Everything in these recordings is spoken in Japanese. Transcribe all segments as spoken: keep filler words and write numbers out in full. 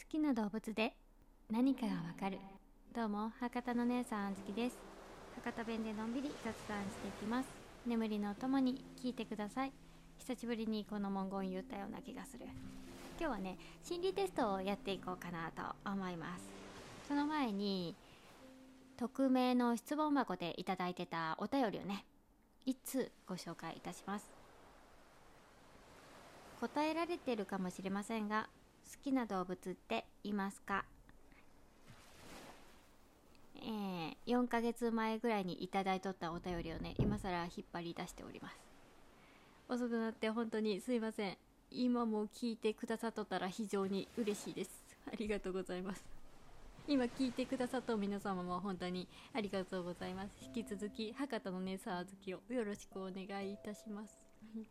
きな動物で何かがわかる。どうも、博多の姉さんあずきです。博多弁でのんびり雑談していきます。眠りのともに聞いてください。久しぶりにこの文言言ったような気がする。今日はね、心理テストをやっていこうかなと思います。その前に匿名の質問箱でいただいてたお便りをね、いっつうご紹介いたします。答えられているかもしれませんが、好きな動物っていますか？えー、よんかげつまえぐらいにいただいとったお便りをね、今更引っ張り出しております。遅くなって本当にすいません。今も聞いてくださっとったら非常に嬉しいです。ありがとうございます。今聞いてくださった皆様も本当にありがとうございます。引き続き博多の姉さんあずきをよろしくお願いいたします。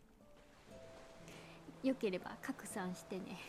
よければ拡散してね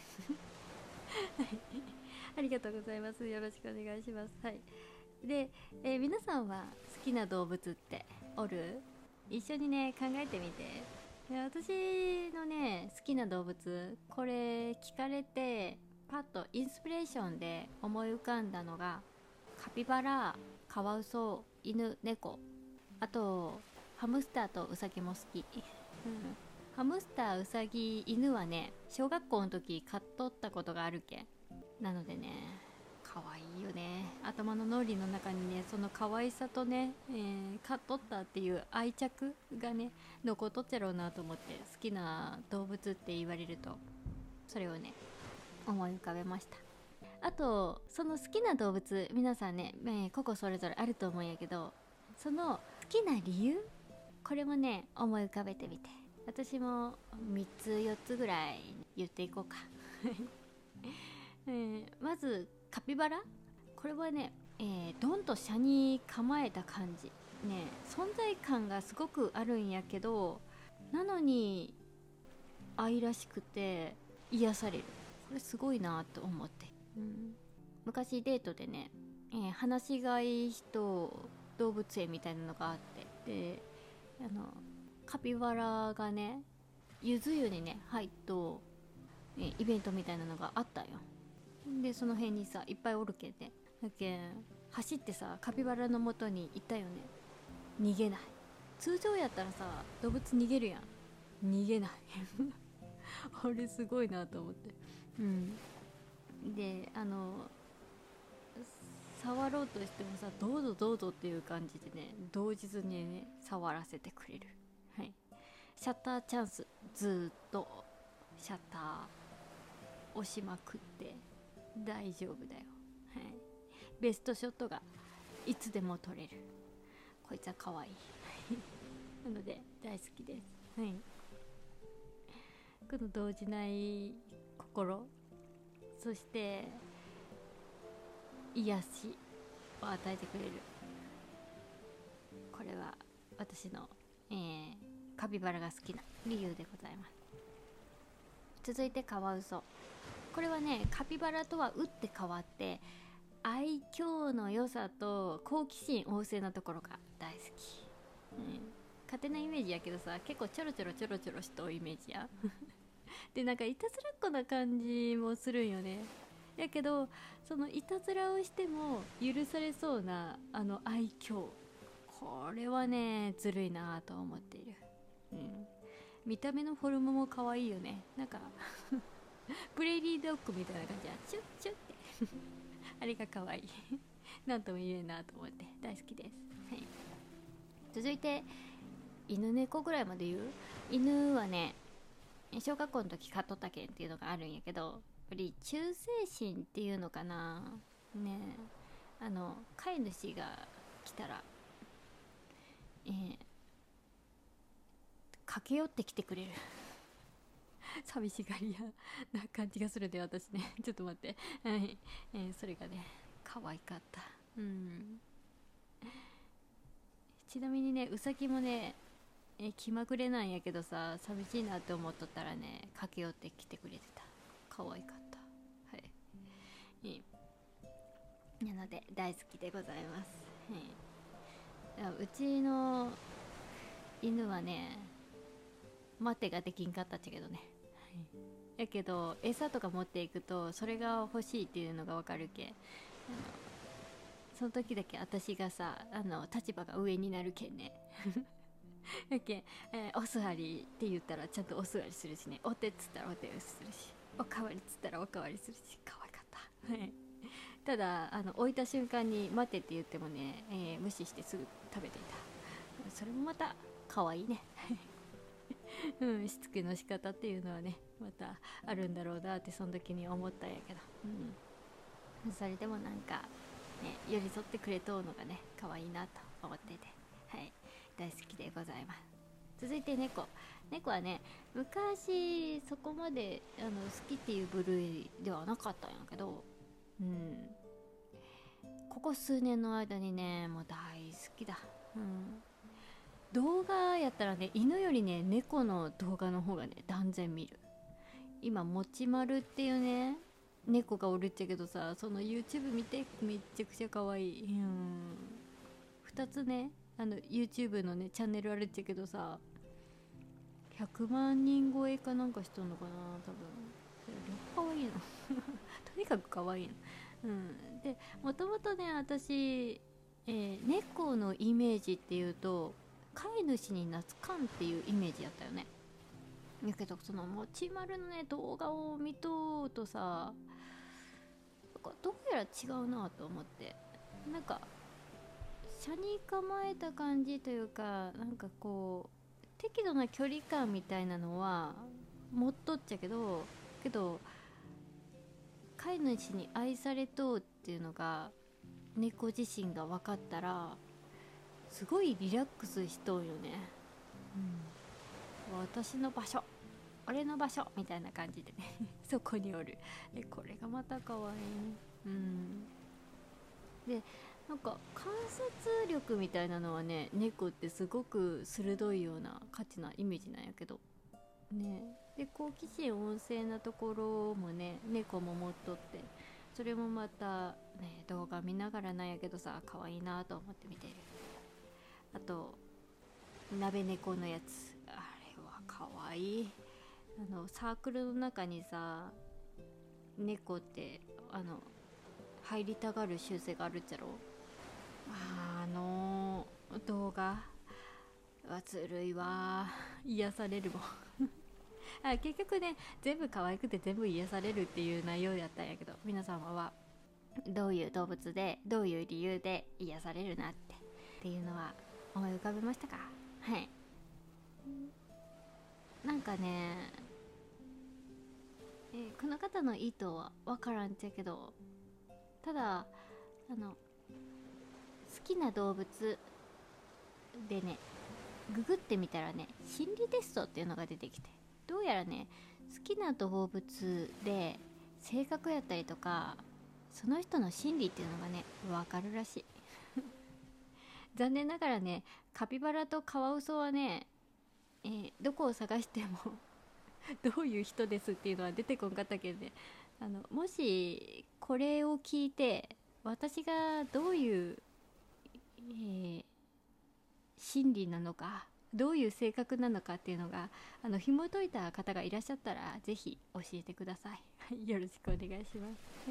ありがとうございます。よろしくお願いします。はい。で、えー皆さんは好きな動物っておる？一緒にね考えてみて。で、私のね好きな動物、これ聞かれてパッとインスピレーションで思い浮かんだのがカピバラ、カワウソ、犬、猫、あとハムスターとウサギも好き、うん、ハムスター、ウサギ、犬はね小学校の時飼っとったことがあるけん。なのでね、可愛いよね。頭の脳裏の中にね、その可愛さとね、えー、飼っとったっていう愛着がね残っとっちゃろうなと思って、好きな動物って言われるとそれをね思い浮かべました。あとその好きな動物、皆さんね、えー、個々それぞれあると思うんやけど、その好きな理由、これもね思い浮かべてみて。私もみっつよっつぐらい言っていこうか、えー、まずカピバラ。これはね、えー、ドンと車に構えた感じね、存在感がすごくあるんやけど、なのに愛らしくて癒される。これすごいなと思って、うん、昔デートでね、えー、放し飼いと動物園みたいなのがあって、であのカピバラがねゆず湯にね入っと、えーイベントみたいなのがあったよ。でその辺にさいっぱいおるけんね、だけん走ってさカピバラの元に行ったよね。逃げない。通常やったらさ動物逃げるやん、逃げないあれすごいなと思って、うん。であの触ろうとしてもさ、どうぞどうぞっていう感じでね、同日にね触らせてくれる。はい。シャッターチャンス、ずーっとシャッター押しまくって大丈夫だよ。はい。ベストショットがいつでも撮れる。こいつは可愛いなので大好きです。はい。この動じない心、そして癒しを与えてくれる。これは私の、えー、カピバラが好きな理由でございます。続いてカワウソ。これはねカピバラとは打って変わって愛嬌の良さと好奇心旺盛なところが大好き、うん、勝手なイメージやけどさ、結構ちょろちょろちょろちょろしとイメージやでなんかいたずらっ子な感じもするんよね。やけどそのいたずらをしても許されそうなあの愛嬌、これはねずるいなと思っている、うん、見た目のフォルムも可愛いよね。なんかプレーリードッグみたいな感じや、チュッチュッってあれが可愛いなんとも言えんなと思って大好きです。はい。続いて犬猫ぐらいまで言う。犬はね小学校の時飼っとったけんっていうのがあるんやけど、やっぱり忠誠心っていうのかな、ねえ、あの飼い主が来たら、えー、駆け寄ってきてくれる寂しがり屋な感じがするで私ねちょっと待って、はい、えー、それがね可愛かった。うん。ちなみにねウサギもね、えー気まぐれなんやけどさ、寂しいなって思っとったらね駆け寄ってきてくれてた。可愛かった。はい。いいなので大好きでございます。はい。うちの犬はね待てができんかったっちゃけどね、はい、 やけど餌とか持っていくとそれが欲しいっていうのが分かるけん、あのその時だけ私がさ、あの立場が上になるけんねやけん、えーお座りって言ったらちゃんとお座りするしね、お手っつったらお手をするし、おかわりっつったらおかわりするし、可愛かったはい。ただあの置いた瞬間に待てって言ってもね、えー無視してすぐ食べていた。それもまた可愛いねうん、しつけの仕方っていうのはねまたあるんだろうなってその時に思ったんやけど、うん、それでもなんかね寄り添ってくれとうのがね可愛いなと思ってて、はい、大好きでございます。続いて猫。猫はね昔そこまであの好きっていう部類ではなかったんやけど、うん、ここ数年の間にねもう大好きだ。うん、動画やったらね犬よりね猫の動画の方がね断然見る。今もちまるっていうね猫がおるっちゃけどさ、その YouTube 見てめっちゃくちゃ可愛い。うんふたつねあの YouTube のねチャンネルあるっちゃけどさひゃくまんにん超えかなんかしとんのかな多分。両方可愛いのとにかく可愛いの。うんでもともとね私、えー猫のイメージっていうと飼い主に懐かんっていうイメージやったよね。だけどそのもちまるのね動画を見とうとさ、なんかどうやら違うなと思って、なんか車に構えた感じというか、なんかこう適度な距離感みたいなのは持っとっちゃけど、けど飼い主に愛されとうっていうのが猫自身が分かったらすごいリラックスしとうよね。うん、私の場所俺の場所みたいな感じでねそこにおる。えこれがまた可愛い。うんでなんか観察力みたいなのはね猫ってすごく鋭いような価値なイメージなんやけどね。で好奇心旺盛なところもね猫も持っとって、それもまたね動画見ながらなんやけどさ可愛いなと思って見てる。あと鍋猫のやつ、あれは可愛い。あのサークルの中にさ猫ってあの入りたがる習性があるっちゃろ。あの動画はずるいわ、癒されるもんあ結局ね全部可愛くて全部癒されるっていう内容やったんやけど、皆様はどういう動物でどういう理由で癒されるなってっていうのは思い浮かべましたか？はい。なんかね、えーこの方の意図は分からんっちゃけど、ただあの好きな動物でねググってみたらね心理テストっていうのが出てきて、どうやらね好きな動物で性格やったりとかその人の心理っていうのがね分かるらしい残念ながらねカピバラとカワウソはね、えーどこを探してもどういう人ですっていうのは出てこんかったけどね、あのもしこれを聞いて私がどういう、えー心理なのかどういう性格なのかっていうのがあの紐解いた方がいらっしゃったらぜひ教えてくださいよろしくお願いします、はい、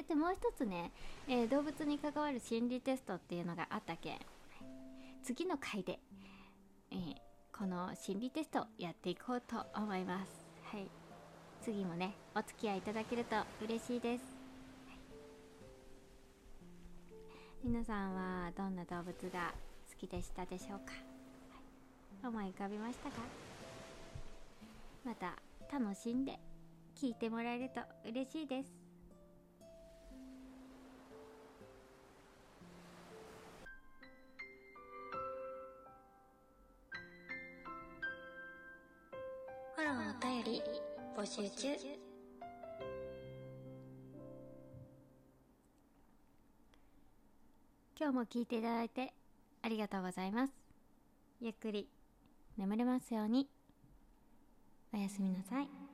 でもう一つね、えー動物に関わる心理テストっていうのがあったけん、はい、次の回で、えーこの心理テストやっていこうと思います。はい、次もねお付き合いいただけると嬉しいです。はい、皆さんはどんな動物が好きでしたでしょうか？はい、思い浮かびましたか？また楽しんで聞いてもらえると嬉しいです。フォローお便り募集中。今日も聞いていただいてありがとうございます。ゆっくり眠れますように。おやすみなさい。